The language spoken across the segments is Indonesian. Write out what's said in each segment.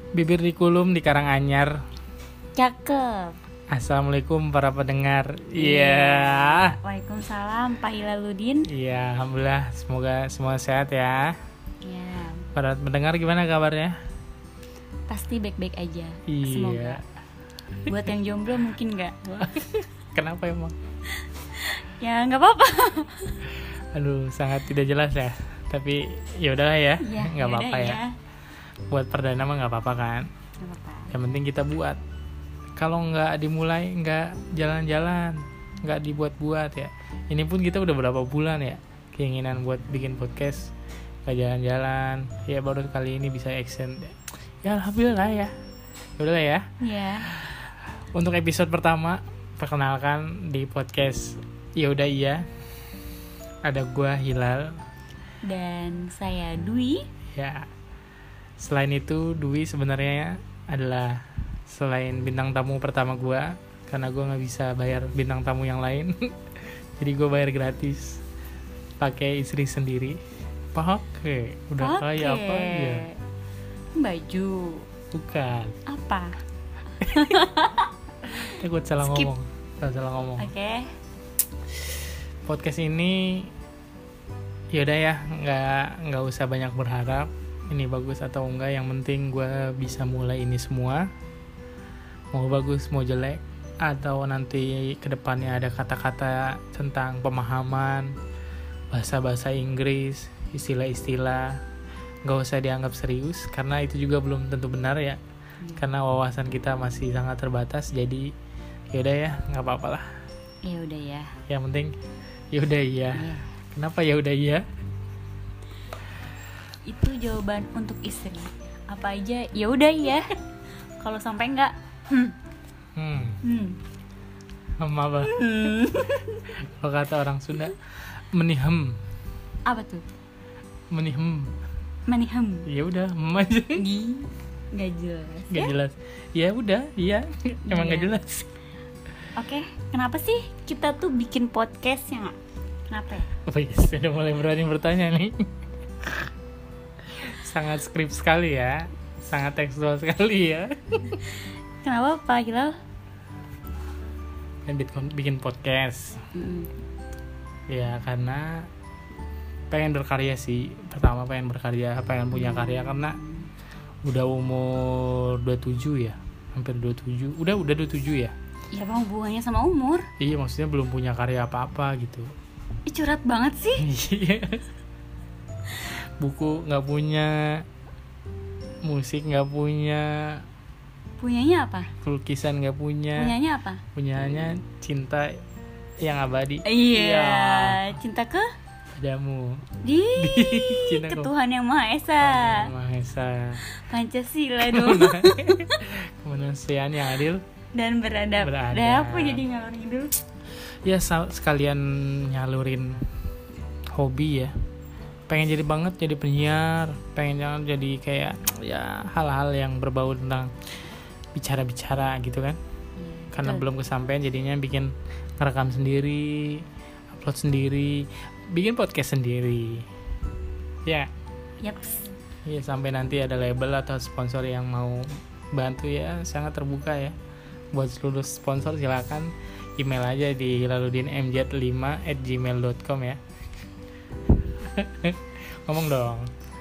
Bibir dikulum di Karanganyar. Cakep. Assalamualaikum para pendengar. Iya. Waalaikumsalam Pak Hilaludin. Iya, alhamdulillah semoga semua sehat ya. Ya, Para pendengar gimana kabarnya? pasti baik-baik aja. Iya. Semoga. Buat yang jomblo mungkin nggak. Kenapa emang? Ya nggak apa-apa. Aduh, sangat tidak jelas ya. Tapi ya udahlah ya, Ya, nggak apa-apa ya. Buat perdana mah nggak apa-apa kan. Nggak apa-apa. Yang penting kita buat. Kalau nggak dimulai, nggak jalan-jalan, nggak dibuat-buat ya. Ini pun kita udah berapa bulan ya keinginan buat bikin podcast, nggak jalan-jalan. Ya baru kali ini bisa action. Ya alhamdulillah ya. Udah ya. Ya. Untuk episode pertama, perkenalkan di podcast Ya Udah Iya. Ada gua Hilal. Dan saya Dwi. Ya. Selain itu, Dwi sebenarnya adalah selain bintang tamu pertama gue, karena gue nggak bisa bayar bintang tamu yang lain. Jadi gue bayar gratis pakai istri sendiri. Pakai udah Oke. kayak apa ya? Baju. Bukan. Apa? Takut salah Skip. ngomong. Salah ngomong. Oke. Podcast ini yaudah ya, nggak usah banyak berharap ini bagus atau enggak. Yang penting gue bisa mulai ini semua. Mau bagus, mau jelek, atau nanti kedepannya ada kata-kata tentang pemahaman, bahasa-bahasa Inggris, istilah-istilah, gak usah dianggap serius, karena itu juga belum tentu benar ya, karena wawasan kita masih sangat terbatas. Jadi yaudah ya, gak apa-apa lah. Ya udah ya. Yang penting yaudah iya. Ya. Kenapa yaudah iya? Itu jawaban untuk istri. Apa aja? Ya udah ya. Kalau sampai enggak, Apa? Kalau kata orang Sunda, menihem. Apa tuh? Menihem. Manihem. Ya udah, aja. Nggak jelas. Gak jelas. Ya udah, iya. Emang Iya. gak jelas. Oke, kenapa sih kita tuh bikin podcast ya nggak? Kenapa ya? Oh yes, udah mulai berani bertanya nih. Sangat skrip sekali ya. Sangat tekstual sekali ya. Kenapa Pak Hilal? Kan bikin podcast. Ya karena pengen berkarya sih. Pertama pengen berkarya, pengen punya karya. Karena udah umur 27 ya. Hampir 27. Udah 27 ya. Ya bang, hubungannya sama umur. Iya, maksudnya belum punya karya apa-apa gitu. Ih, curhat banget sih. Iya. Buku nggak punya, musik nggak punya, Punyanya apa? lukisan nggak punya, Punyanya apa? punyanya cinta yang abadi. Iya, cinta ke Padamu. di Cinta ke ke- Tuhan Yang Maha Esa. Maha Esa. Pancasila dong. Kemanusiaan yang adil. Dan beradab. Beradab. Dah apa jadi ngalor ngidul? Ya sekalian nyalurin hobi ya. Pengen jadi banget jadi penyiar, pengen jangan jadi kayak ya hal-hal yang berbau tentang bicara-bicara gitu kan. Karena belum kesampaian, jadinya bikin ngerekam sendiri, upload sendiri, bikin podcast sendiri. Ya, Yaps. ya sampai nanti ada label atau sponsor yang mau bantu ya, sangat terbuka ya. Buat seluruh sponsor silakan email aja di hilaludinmj5@gmail.com ya. Ngomong dong.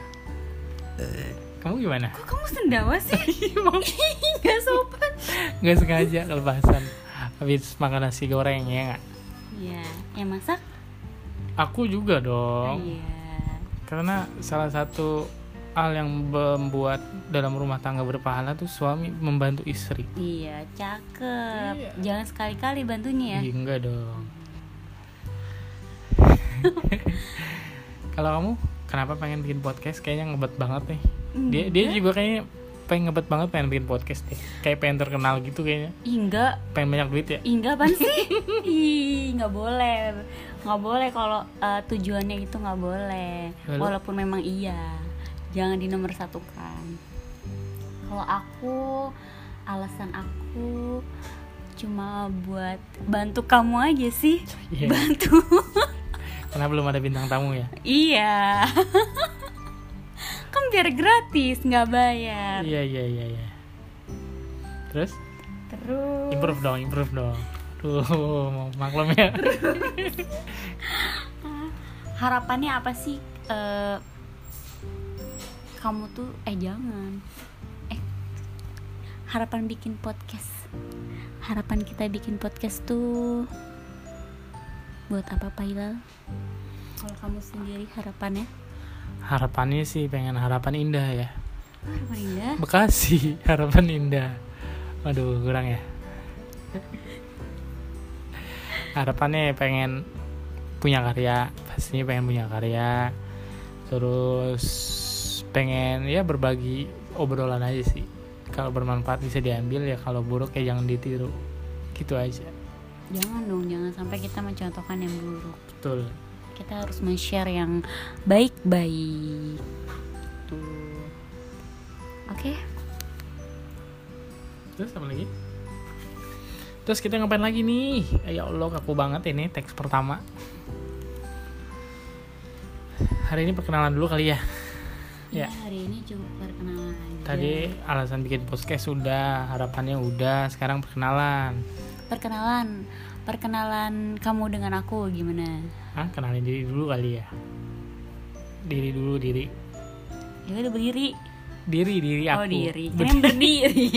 Kamu gimana? Kok kamu sendawa sih? Gak sopan. Gak sengaja kelepasan habis makan nasi goreng ya nggak? Iya, yang masak? Aku juga dong. Iya. Karena salah satu hal yang membuat dalam rumah tangga berpahala tuh suami membantu istri. Iya, cakep. Iya. Jangan sekali-kali bantunya ya. Iya, enggak dong. Kalau kamu kenapa pengen bikin podcast? Kayaknya ngebet banget nih. Dia juga kayaknya pengen ngebet banget pengen bikin podcast deh. Kayak pengen terkenal gitu kayaknya. Ih, enggak. Pengen banyak duit ya. Ih, enggak apaan sih? Ih, nggak boleh. Nggak boleh kalau tujuannya itu nggak boleh. Lalu? Walaupun memang iya. Jangan dinomorsatukan. Kalau aku, alasan aku cuma buat bantu kamu aja sih. Iya. Bantu. Karena belum ada bintang tamu ya. Iya. kan biar gratis, nggak bayar. Iya. Terus improve dong. Tuh, maklum ya. Harapannya apa sih? Kamu tuh jangan. Harapan bikin podcast. Harapan kita bikin podcast tuh buat apa, Pak Hilal? Kalau kamu sendiri harapannya? Harapannya sih pengen harapan indah ya. Harapan indah? Bekasi, harapan indah. Waduh, kurang ya. Harapannya pengen punya karya, pastinya pengen punya karya. Terus pengen ya berbagi obrolan aja sih. Kalau bermanfaat bisa diambil ya, kalau buruk ya jangan ditiru. Gitu aja. Jangan sampai kita mencontohkan yang buruk. Betul. Kita harus men-share yang baik-baik. Tuh. Oke. Terus apa lagi? Terus kita ngapain lagi nih? Ya Allah, kaku banget ini teks pertama. Hari ini perkenalan dulu kali ya. Ya, hari ini cukup perkenalan aja. Tadi alasan bikin podcast sudah, harapannya udah, sekarang perkenalan. Perkenalan kamu dengan aku gimana? Kenalin diri dulu kali ya. Diri. Ya udah berdiri. Diri aku. Oh, diri. Kalian berdiri.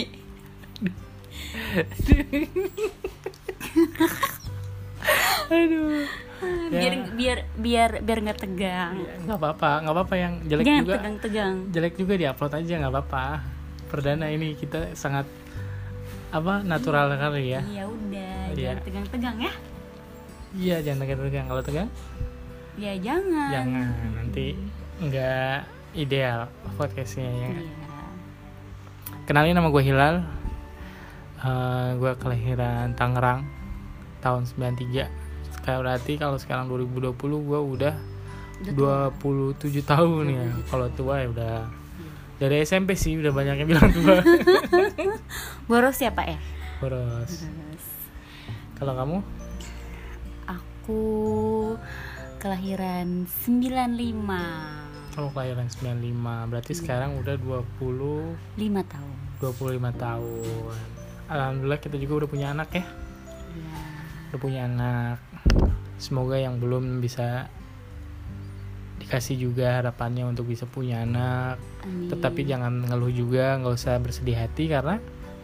Aduh. Biar nggak tegang. Ya, nggak apa-apa yang jelek jangan juga. Tegang. Jelek juga diupload aja, nggak apa-apa. Perdana ini kita sangat natural kali ya. Iya udah, Iya. jangan tegang-tegang ya. Iya, jangan tegang. Kalau tegang? Ya jangan. Jangan, nanti nggak ideal podcastnya ya. Iya. Kenalin, nama gue Hilal. Gue kelahiran Tangerang tahun 93. Berarti kalau sekarang 2020 gue udah 27 tahun ya. Kalau tua ya udah dari SMP sih, udah banyak yang bilang tua. Boros ya Pak ya? Boros. Kalau kamu? Aku kelahiran 95. Kamu kelahiran 95. Berarti sekarang udah 5 tahun. 25 tahun. Alhamdulillah kita juga udah punya anak ya. Iya. Udah punya anak. Semoga yang belum bisa dikasih juga harapannya untuk bisa punya anak. Amin. Tetapi jangan ngeluh juga, nggak usah bersedih hati karena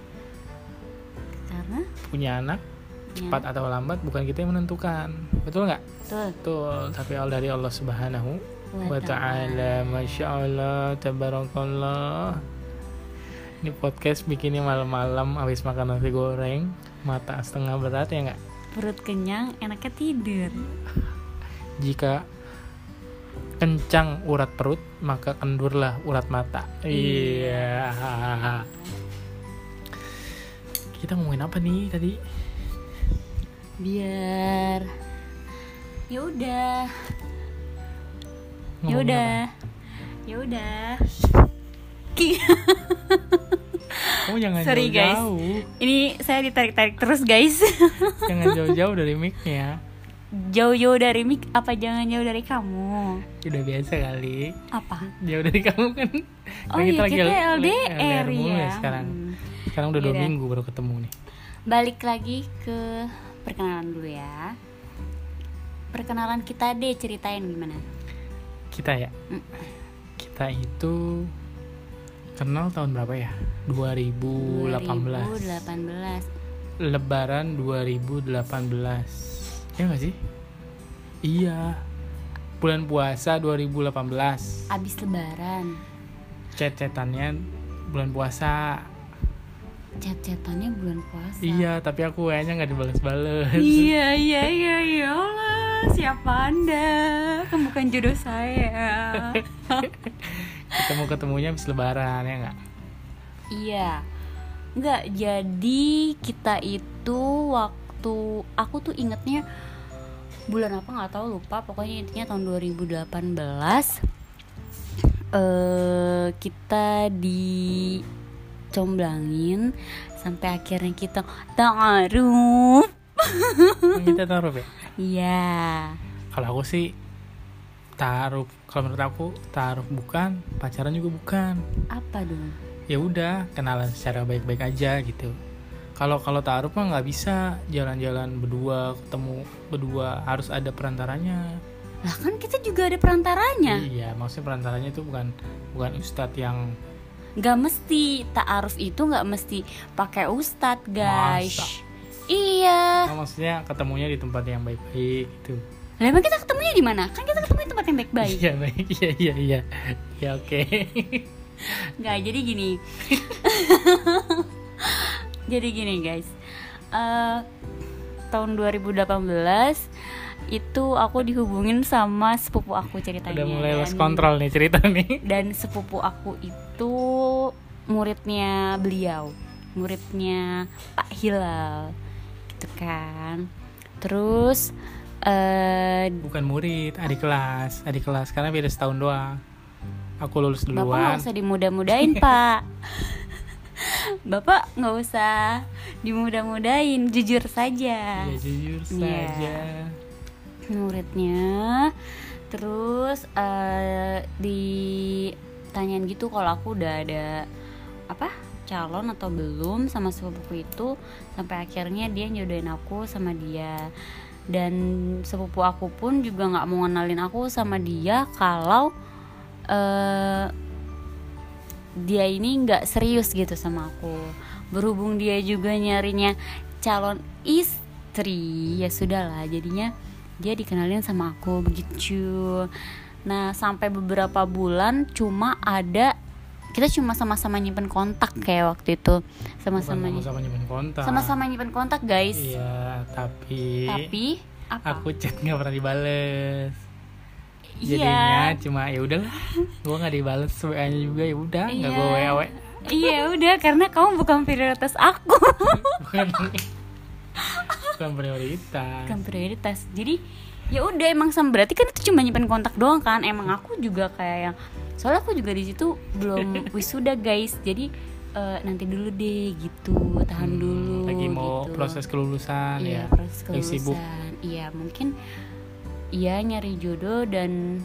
punya anak cepat atau lambat bukan kita yang menentukan. Betul nggak? Betul. Tapi dari Allah Subhanahu wa ta'ala. Masya Allah, tabarakallah. Ini podcast bikinnya malam-malam habis makan nasi goreng, mata setengah berat ya nggak? Perut kenyang, enaknya tidur. Jika kencang urat perut, maka kendurlah urat mata. Iya. Kita ngomongin apa nih tadi? Biar ya udah. Kamu jangan Sorry, jauh-jauh. guys. Ini saya ditarik-tarik terus guys. Jangan jauh-jauh dari mic-nya. Jauh-jauh dari mic apa jangan jauh dari kamu? Udah biasa kali. Apa? Jauh dari kamu kan. Oh iya, kita LDR mulu ya. Sekarang udah 2 minggu baru ketemu nih. Balik lagi ke perkenalan dulu ya. Perkenalan kita deh, ceritain gimana? Kita ya. Kita itu kenal tahun berapa ya? 2018. Lebaran 2018. Ya nggak sih? Iya. Bulan puasa 2018. Abis lebaran. Chat-chatannya bulan puasa. Chat-chatannya bulan puasa. Iya, tapi aku kayaknya nggak dibales-bales. Iya ya Allah, siapa Anda? Kamu bukan jodoh saya. Kita mau ketemunya habis lebaran ya nggak? Iya. Nggak, jadi kita itu waktu aku tuh ingetnya bulan apa nggak tahu, lupa, pokoknya intinya tahun 2018 kita dicomblangin sampai akhirnya kita ta'aruf. Kita taruh ya? Iya. Kalau aku sih Taruh, kalau menurut aku taruh bukan, pacaran juga bukan. Apa dong? Ya udah, kenalan secara baik-baik aja gitu. Kalau taruh mah nggak bisa jalan-jalan berdua, ketemu berdua, harus ada perantaranya. Lah kan kita juga ada perantaranya. Iya, maksudnya perantaranya itu bukan ustadz yang Gak mesti ta'aruf itu nggak mesti pakai ustadz guys. Masa? Iya. maksudnya ketemunya di tempat yang baik-baik gitu. Lah emang kita ketemunya di mana? Kan kita ketemu di tempat yang baik-baik. Iya baik, iya. Ya oke. Nggak, jadi gini. Jadi gini guys. Tahun 2018 itu aku dihubungin sama sepupu aku ceritanya. Udah mulai lost control nih cerita nih. Dan sepupu aku itu muridnya beliau, muridnya Pak Hilal, gitu kan. Terus Bukan murid, adik kelas karena beda setahun doang. Aku lulus Bapak duluan. nggak usah dimudah-mudahin Pak. Bapak nggak usah dimudah-mudahin, jujur saja. Ya jujur saja. Muridnya. Terus ditanyain gitu kalau aku udah ada calon atau belum sama sepupuku itu, sampai akhirnya dia nyodoin aku sama dia. Dan sepupu aku pun juga nggak mau ngenalin aku sama dia kalau dia ini nggak serius gitu sama aku. Berhubung dia juga nyarinya calon istri, ya sudahlah, jadinya dia dikenalin sama aku begitu. Nah sampai beberapa bulan kita cuma sama-sama nyimpen kontak kayak waktu itu. Sama-sama nyimpen kontak guys. Iya, tapi apa? aku chat nggak pernah dibales. Iya. Jadinya cuma ya udahlah, gue nggak dibales WA-nya juga, ya udah nggak gue WA. Iya udah, karena kamu bukan prioritas aku. bukan prioritas. Jadi ya udah, emang sama, berarti kan itu cuma nyimpen kontak doang kan. Emang aku juga kayak yang, soalnya aku juga di situ belum wisuda guys. Jadi nanti dulu deh gitu, tahan dulu. Lagi mau gitu. proses kelulusan. Iya, ya. proses kelulusan. Lagi sibuk. Iya, mungkin iya nyari jodoh, dan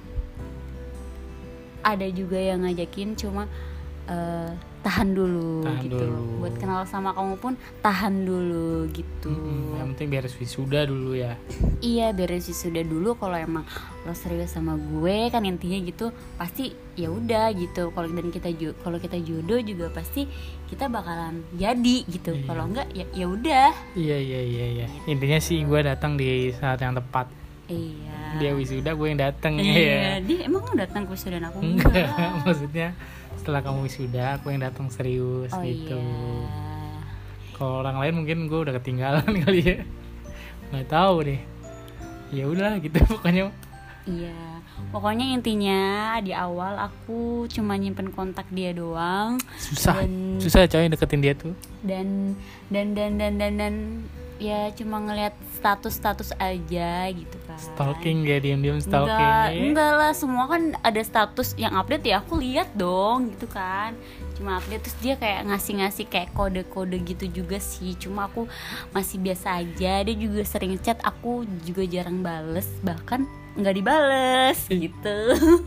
ada juga yang ngajakin, cuma tahan dulu gitu. Buat kenal sama kamu pun tahan dulu gitu. Yang penting beres wisuda dulu ya. Iya, beres wisuda dulu. Kalau emang lo serius sama gue kan, intinya gitu, pasti ya udah gitu. Kalau kita jodoh juga pasti kita bakalan jadi gitu. Iya. Kalau enggak ya udah. Iya. Intinya sih gue datang di saat yang tepat. Iya. Dia wisuda, gue yang datang. Iya. Dia emang lo datang ke wisuda aku? Enggak. Maksudnya setelah kamu wisuda, aku yang datang serius gitu. Iya. Kalau orang lain mungkin gue udah ketinggalan kali ya. Nggak tahu deh. Ya udah gitu pokoknya. Iya. Pokoknya intinya di awal aku cuma nyimpen kontak dia doang. Susah coy deketin dia tuh. Dan ya cuma ngelihat status aja gitu kan. Stalking dia, diam-diam stalking. Enggak lah, semua kan ada status yang update, ya aku lihat dong gitu kan. Cuma update, terus dia kayak ngasih kayak kode-kode gitu juga sih. Cuma aku masih biasa aja. Dia juga sering chat, aku juga jarang bales, bahkan nggak dibales gitu.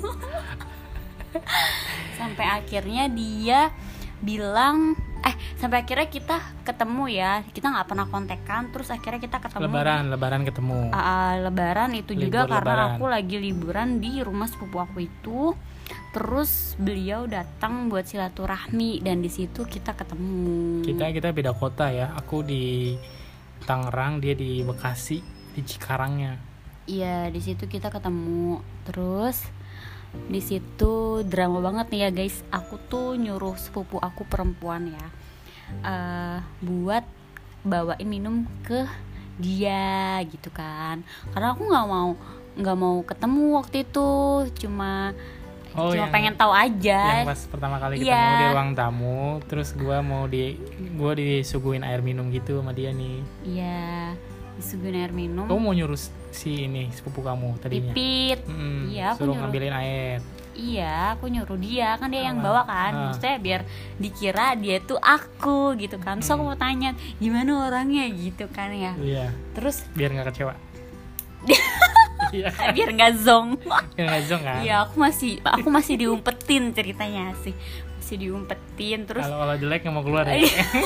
Sampai akhirnya dia bilang sampai akhirnya kita ketemu ya. Kita nggak pernah kontekan, terus akhirnya kita ketemu lebaran ketemu. Lebaran itu juga Libur karena lebaran. aku lagi liburan di rumah sepupu aku itu. Terus beliau datang buat silaturahmi, dan di situ kita ketemu. Kita beda kota ya. Aku di Tangerang, dia di Bekasi, di Cikarangnya. Iya, di situ kita ketemu. Terus di situ drama banget nih ya guys. Aku tuh nyuruh sepupu aku perempuan ya, buat bawain minum ke dia gitu kan. Karena aku nggak mau ketemu waktu itu, cuma pengen tahu aja. Yang pas pertama kali ketemu di ruang tamu, terus gue disuguhin air minum gitu sama dia nih. Iya, disuguhin air minum. Kamu mau nyuruh si ini sepupu kamu tadinya? Pipit. Iya, aku suruh nyuruh ngambilin air. Iya, aku nyuruh dia, kan dia yang bawa kan. Maksudnya biar dikira dia tuh aku gitu kan. So aku mau tanya, gimana orangnya gitu kan ya. Iya. Terus biar nggak kecewa. Iya. biar nggak zong. Yang ngajong kan. Iya, aku masih diumpetin ceritanya sih, masih diumpetin terus. Kalau jelek nggak mau keluar ya.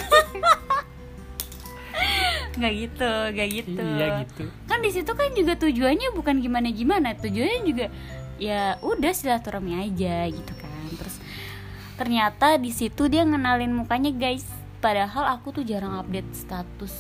nggak gitu Iya gitu. kan di situ kan juga tujuannya bukan gimana tujuannya juga ya udah silaturahmi aja gitu kan. Terus ternyata di situ dia ngenalin mukanya guys, padahal aku tuh jarang update status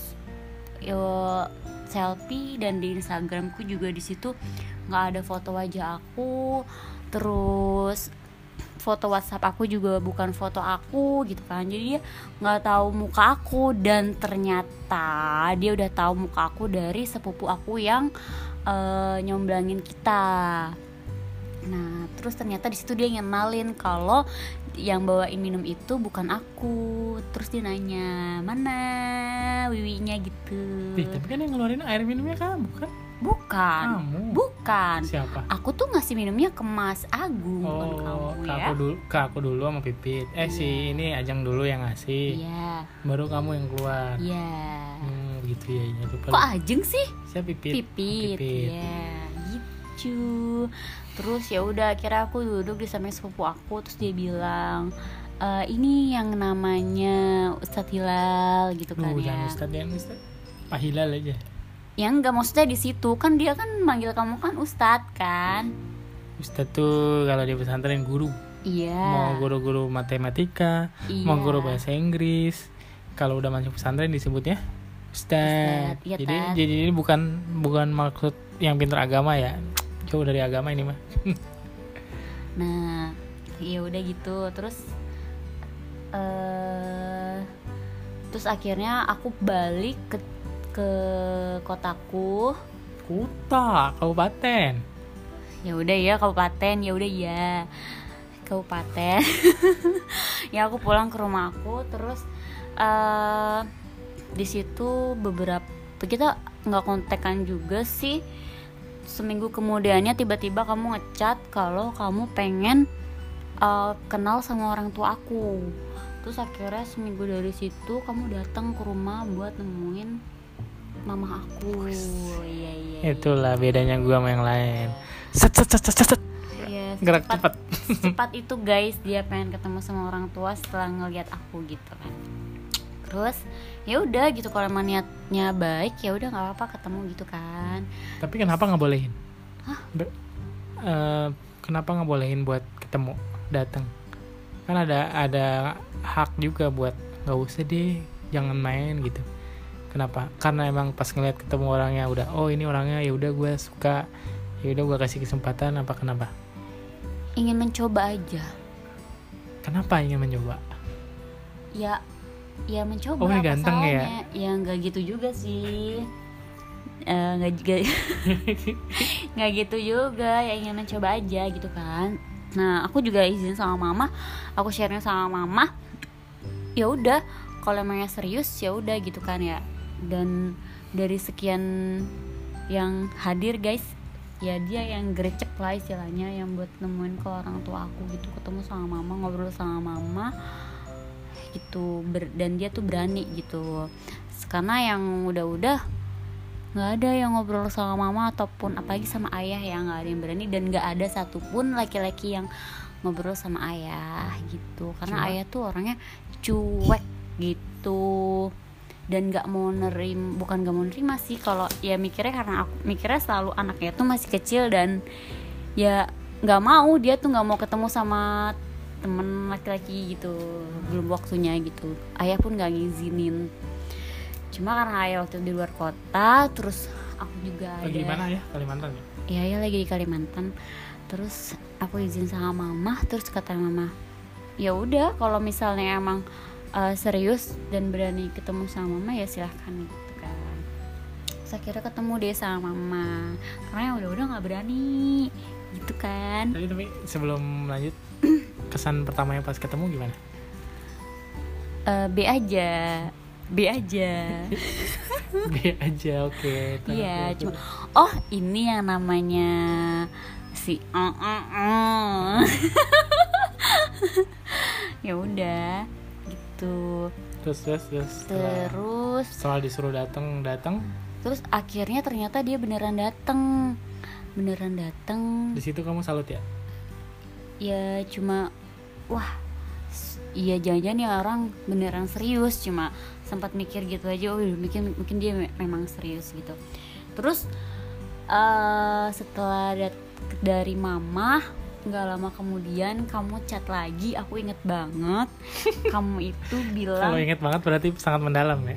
selfie, dan di Instagramku juga di situ nggak ada foto wajah aku, terus foto WhatsApp aku juga bukan foto aku gitu kan. Jadi dia nggak tahu muka aku, dan ternyata dia udah tahu muka aku dari sepupu aku yang nyomblangin kita. Nah terus ternyata di situ dia ngenalin kalau yang bawain minum itu bukan aku. Terus dia nanya mana wiwinya gitu. Tapi kan yang ngeluarin air minumnya kamu kan? Bukan. Siapa? Aku tuh ngasih minumnya ke Mas Agung, bukan kamu ya. Ke aku dulu sama Pipit. Si ini Ajeng dulu yang ngasih. Iya. Baru kamu yang keluar. Iya. Gitu ya. Kok Ajeng sih? Saya Pipit. Iya, gitu. Terus ya udah akhirnya aku duduk di samping sepupu aku, terus dia bilang ini yang namanya Ustadz Hilal gitu kan ya. Jangan Ustadz. Pak Hilal aja. Ya enggak, maksudnya di situ kan dia kan manggil kamu kan Ustadz kan. Ustadz tuh kalau di pesantren guru. Iya. Mau guru-guru matematika, iya. Mau guru bahasa Inggris. Kalau udah masuk pesantren disebutnya Ustadz. Iya, jadi ini bukan maksud yang pintar agama ya. Jauh dari agama ini mah. Nah, ya udah gitu. Terus akhirnya aku balik ke kotaku. Kota, kabupaten. Ya udah ya kabupaten, kabupaten. Ya aku pulang ke rumah aku, terus di situ kita nggak kontekan juga sih. Seminggu kemudiannya tiba-tiba kamu ngechat kalau kamu pengen kenal sama orang tua aku. Terus akhirnya seminggu dari situ kamu datang ke rumah buat nemuin mama aku. Iya. Itulah bedanya gua sama yang lain. Set. Iya, Gerak cepat. Cepat itu guys, dia pengen ketemu sama orang tua setelah ngelihat aku gitu kan. Terus ya udah gitu, kalau emang niatnya baik ya udah nggak apa-apa ketemu gitu kan. Tapi kenapa nggak bolehin? Hah? Kenapa nggak bolehin buat ketemu, datang? Kan ada hak juga buat nggak usah deh, jangan main gitu. Kenapa? Karena emang pas ngeliat ketemu orangnya udah, oh ini orangnya, ya udah gue suka, ya udah gue kasih kesempatan. Apa kenapa? Ingin mencoba aja. Kenapa ingin mencoba? Ya mencoba. Oh ini ganteng ya? Ya nggak gitu juga sih. Nggak gitu juga, ya ingin mencoba aja gitu kan. Nah aku juga izin sama mama, aku sharing sama mama. Ya udah, kalau emangnya serius ya udah gitu kan ya. Dan dari sekian yang hadir guys, ya dia yang gercep lah istilahnya, yang buat nemuin ke orang tua aku gitu, ketemu sama mama, ngobrol sama mama gitu. Dan dia tuh berani gitu, karena yang udah nggak ada yang ngobrol sama mama ataupun apalagi sama ayah, ya nggak ada yang berani. Dan nggak ada satupun laki-laki yang ngobrol sama ayah gitu, karena ayah tuh orangnya cuek gitu. Dan nggak mau nerima sih, kalau ya mikirnya, karena aku mikirnya selalu anaknya tuh masih kecil, dan ya nggak mau, dia tuh nggak mau ketemu sama temen laki-laki gitu, belum waktunya gitu. Ayah pun nggak ngizinin, cuma karena ayah waktu di luar kota, terus aku juga lagi di mana ya? Kalimantan ya? Iya ya, lagi di Kalimantan. Terus aku izin sama mama, terus kata mama, ya udah kalau misalnya emang serius dan berani ketemu sama mama ya silahkan gitu kan. Terus akhirnya ketemu deh sama mama, karena udah nggak berani gitu kan. Tapi sebelum lanjut, kesan pertamanya pas ketemu gimana? B aja B aja, oke. Iya, cuma ini yang namanya si ya udah gitu. Terus setelah disuruh datang terus akhirnya ternyata dia beneran datang. beneran datang. Di situ kamu salut ya? Ya cuma wah, iya jangan-jangan ya orang beneran serius, cuma sempat mikir gitu aja. Oh mungkin dia memang serius gitu. Terus setelah dari mama, nggak lama kemudian kamu chat lagi. Aku inget banget kamu itu bilang, Kalau inget banget berarti sangat mendalam ya.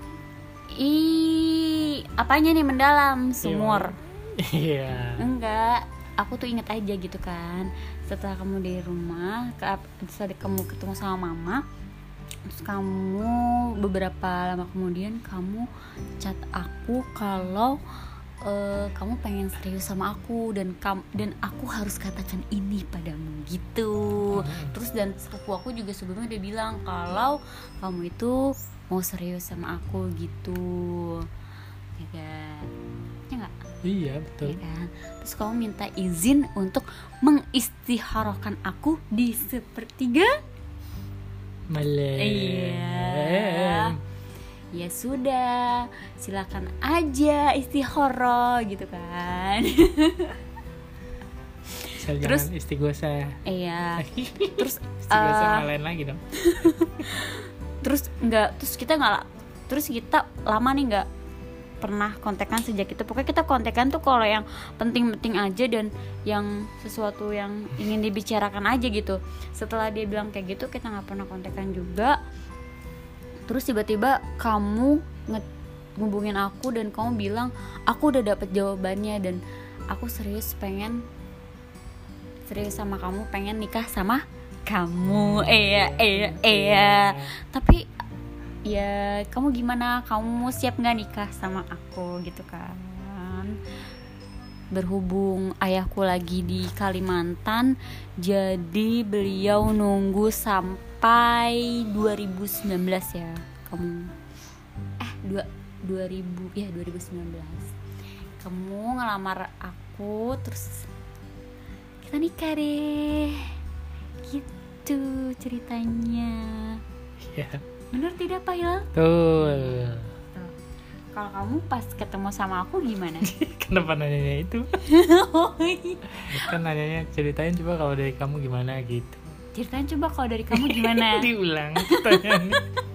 Apanya nih mendalam? Sumur. Iya. Enggak, aku tuh inget aja gitu kan. Setelah kamu dari rumah, setelah kamu ketemu sama mama, terus kamu beberapa lama kemudian kamu chat aku kalau kamu pengen serius sama aku, dan aku harus katakan ini padamu gitu. Terus dan sepupu aku juga sebelumnya udah bilang kalau kamu itu mau serius sama aku gitu, ya kan? Ya nggak? Iya betul. Ya kan? Terus kamu minta izin untuk mengistiharahkan aku di sepertiga malam. Iya. Ya sudah, silakan aja istihara gitu kan. Terus jangan istighosa. Iya. Terus Istighosa lain lagi dong. terus kita lama nih nggak pernah kontekan sejak itu. Pokoknya kita kontekan tuh kalau yang penting-penting aja dan yang sesuatu yang ingin dibicarakan aja gitu. Setelah dia bilang kayak gitu, kita nggak pernah kontekan juga. Terus tiba-tiba kamu ngubungin aku dan kamu bilang aku udah dapet jawabannya dan aku serius sama kamu, pengen nikah sama kamu. Iya. Tapi ya kamu gimana? Kamu siap nggak nikah sama aku gitu kan? Berhubung ayahku lagi di Kalimantan, jadi beliau nunggu sampai 2019 ya. Kamu 2019 kamu ngelamar aku, terus kita nikah deh gitu ceritanya. Iya. Bener tidak Pak Hilal? Betul. Kalau kamu pas ketemu sama aku gimana? Kenapa nanyanya itu? Kan nanyanya ceritain coba kalau dari kamu gimana gitu. Ceritain coba kalau dari kamu gimana? Diulang pertanyaannya.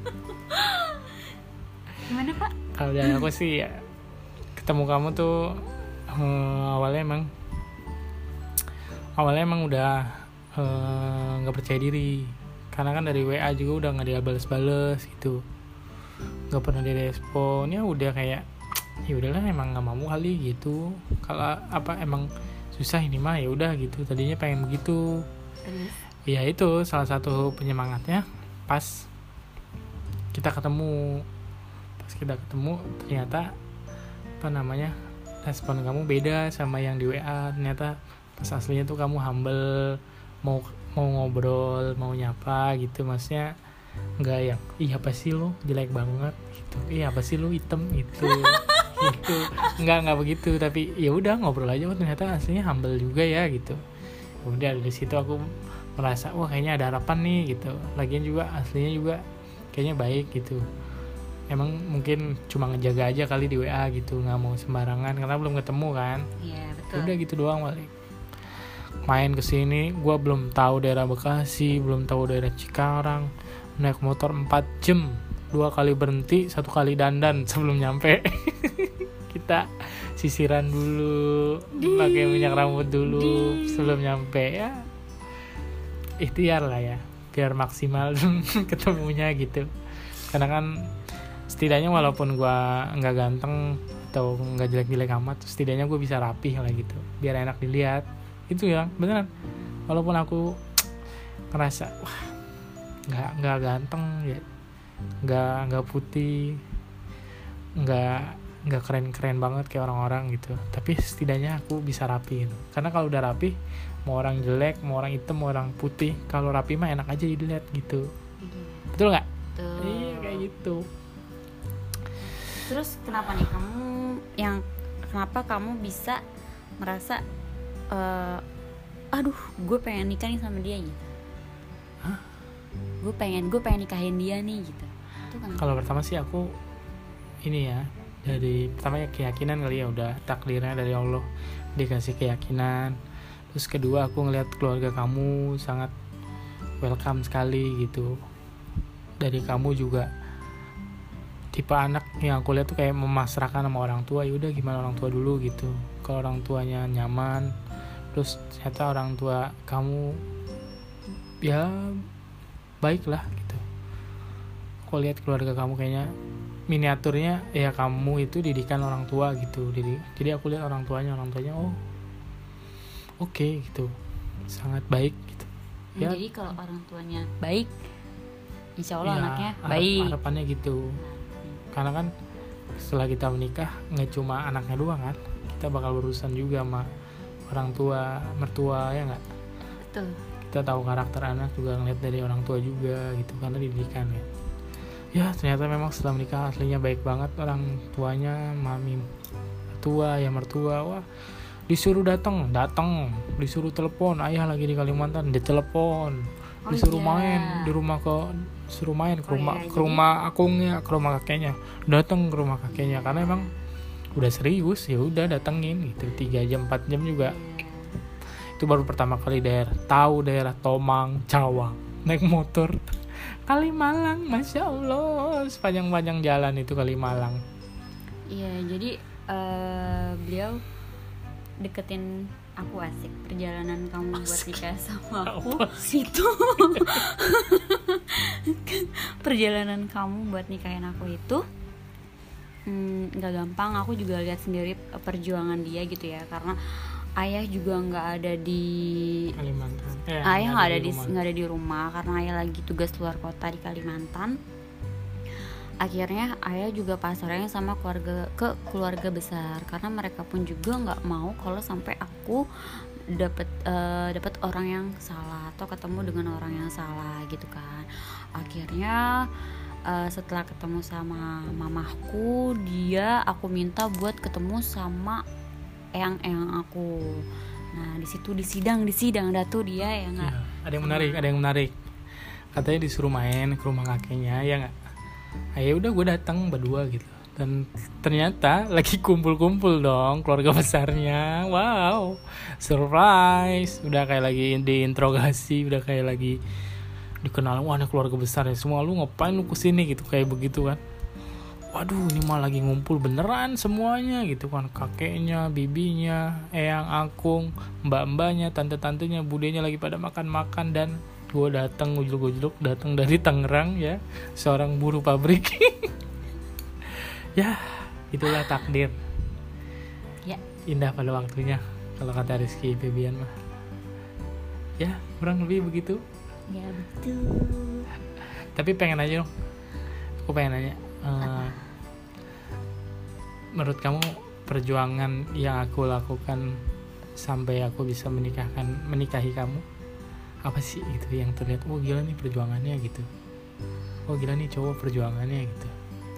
Gimana Pak? Kalau dari aku sih ya, ketemu kamu tuh awalnya emang udah nggak percaya diri, karena kan dari WA juga udah nggak dibales-bales gitu, nggak pernah direspon. Ya udah kayak ya udahlah emang nggak mau kali gitu, kalau emang susah ini mah ya udah gitu, tadinya pengen begitu. Ya itu salah satu penyemangatnya pas kita ketemu ternyata respon kamu beda sama yang di WA. Ternyata pas aslinya tuh kamu humble, mau ngobrol, mau nyapa gitu, maksudnya nggak yang apa sih lo jelek banget gitu, apa sih lo hitam gitu. Gitu nggak begitu, tapi ya udah ngobrol aja. Ternyata aslinya humble juga ya gitu. Udah dari situ aku merasa wah kayaknya ada harapan nih gitu. Lagian juga aslinya juga kayaknya baik gitu. Emang mungkin cuma ngejaga aja kali di WA gitu, nggak mau sembarangan karena belum ketemu kan. Iya betul. Udah gitu doang balik. Main kesini, gue belum tahu daerah Bekasi, belum tahu daerah Cikarang, naik motor 4 jam, 2 kali berhenti, 1 kali dandan sebelum nyampe. Kita sisiran dulu, pakai minyak rambut dulu sebelum nyampe ya. Ikhtiar lah ya, biar maksimal ketemunya gitu. Karena kan setidaknya walaupun gue nggak ganteng atau nggak jelek-jelek amat, setidaknya gue bisa rapih lah gitu, biar enak dilihat. Itu ya beneran, walaupun aku ngerasa wah nggak ganteng ya, nggak putih, nggak keren banget kayak orang-orang gitu, tapi setidaknya aku bisa rapi gitu. Karena kalau udah rapi, mau orang jelek, mau orang hitam, mau orang putih, kalau rapi mah enak aja dilihat gitu. Betul nggak? Iya kayak gitu. Terus kenapa nih kenapa kamu bisa merasa aduh gue pengen nikah nih sama dia gitu? Hah? Gue pengen nikahin dia nih gitu. Itu kan? Kalau pertama sih aku ini ya, dari pertama ya keyakinan kali ya, udah takdirnya dari Allah dikasih keyakinan. Terus kedua aku ngelihat keluarga kamu sangat welcome sekali gitu. Dari kamu juga tipe anak yang aku lihat tuh kayak memasrahkan sama orang tua, yaudah gimana orang tua dulu gitu. Kalau orang tuanya nyaman, terus ternyata orang tua kamu ya baik lah gitu. Aku lihat keluarga kamu kayaknya miniaturnya ya kamu itu didikan orang tua gitu. Jadi aku lihat orang tuanya oh oke gitu, sangat baik gitu ya. Jadi kalau orang tuanya baik, insya Allah ya, anaknya baik. Harapannya gitu. Karena kan setelah kita menikah nggak cuma anaknya doang kan, kita bakal berurusan juga sama orang tua mertua ya nggak. Betul. Kita tahu karakter anak juga ngeliat dari orang tua juga gitu, karena didikan ya. Ya ternyata memang setelah menikah aslinya baik banget orang tuanya, mami mertua ya mertua. Wah, disuruh datang, disuruh telepon, ayah lagi di Kalimantan ditelepon, disuruh main di rumah suruh main ke rumah ke rumah akungnya, ke rumah kakeknya, datang ke rumah kakeknya karena emang udah serius, ya udah datengin gitu 3 jam 4 jam juga. Itu baru pertama kali tahu daerah Tomang, Cawang, naik motor Kalimalang, masya Allah sepanjang jalan itu Kalimalang. Iya, jadi beliau deketin aku, asik perjalanan kamu buat nikah sama aku itu. Perjalanan kamu buat nikahin aku itu nggak gampang. Aku juga lihat sendiri perjuangan dia gitu ya, karena ayah juga nggak ada di Kalimantan. Ayah nggak ada di rumah karena ayah lagi tugas luar kota di Kalimantan. Akhirnya ayah juga pasrahnya sama keluarga besar, karena mereka pun juga nggak mau kalau sampai aku dapat orang yang salah atau ketemu dengan orang yang salah gitu kan. Akhirnya setelah ketemu sama mamahku, aku minta buat ketemu sama eyang aku. Nah di situ disidang dah tuh dia ya nggak. Ya, ada yang menarik. Katanya disuruh main ke rumah kakeknya ya nggak. Ayo udah gue datang berdua gitu. Dan ternyata lagi kumpul-kumpul dong keluarga besarnya. Wow, surprise. Udah kayak lagi diinterogasi, udah kayak lagi dikenal. Wah, ini keluarga besar ya semua, lu ngapain lu kesini gitu, kayak begitu kan. Waduh, ini mah lagi ngumpul beneran semuanya gitu kan. Kakeknya, bibinya, eyang akung, mbak-mbaknya, tante-tantenya, budenya lagi pada makan-makan. Dan gue datang ujuk-ujuk datang dari Tangerang ya, seorang buruh pabrik. Ya, itulah takdir. Ya, indah pada waktunya kalau kata Rizky Febian mah. Ya, kurang lebih begitu. Ya betul. Tapi pengen aja dong. Aku pengen nanya. Menurut kamu perjuangan yang aku lakukan sampai aku bisa menikahi kamu apa sih gitu yang terlihat? Oh gila nih perjuangannya gitu. Oh gila nih cowok perjuangannya gitu.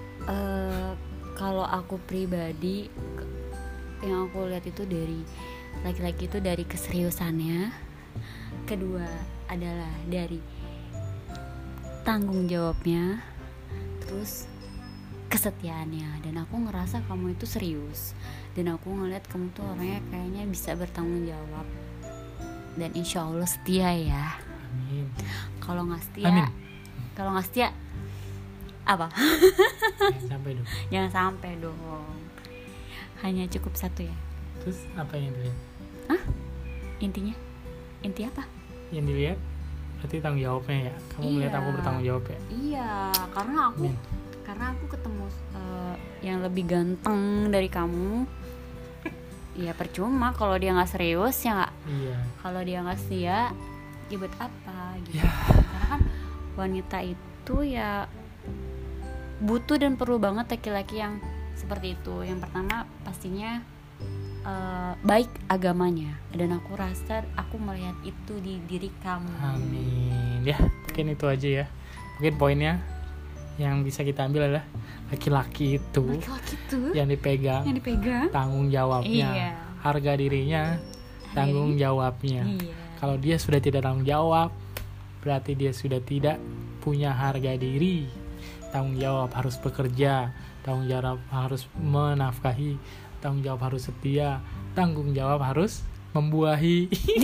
Kalau aku pribadi yang aku lihat itu dari laki-laki itu dari keseriusannya, kedua adalah dari tanggung jawabnya, terus kesetiaannya. Dan aku ngerasa kamu itu serius, dan aku ngeliat kamu tuh orangnya kayaknya bisa bertanggung jawab, dan insya Allah setia ya. Amin. Kalau nggak setia apa? Jangan sampai dong. Hanya cukup satu ya. Terus apa yang dilihat? Intinya? Inti apa? Yang dilihat berarti tanggung jawabnya ya. Kamu melihat aku bertanggung jawab ya? Iya, karena aku ketemu yang lebih ganteng dari kamu. Ya percuma kalau dia nggak serius ya nggak. Iya. Kalau dia nggak setia, ya buat apa gitu. Ya. Karena kan wanita itu ya butuh dan perlu banget laki-laki yang seperti itu. Yang pertama pastinya baik agamanya, dan aku rasa aku melihat itu di diri kamu. Amin. Ya mungkin itu aja ya. Mungkin poinnya yang bisa kita ambil adalah laki-laki itu yang dipegang tanggung jawabnya. Iya. Harga dirinya tanggung jawabnya. Iya. Kalau dia sudah tidak tanggung jawab, berarti dia sudah tidak punya harga diri. Tanggung jawab, harus bekerja tanggung jawab harus menafkahi, tanggung jawab harus setia, tanggung jawab harus membuahi.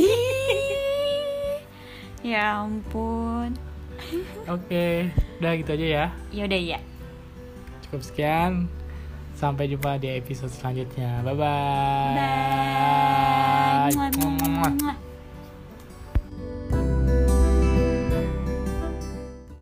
Ya ampun. Oke, udah gitu aja ya. Yaudah ya. Cukup sekian. Sampai jumpa di episode selanjutnya. Bye-bye. Bye.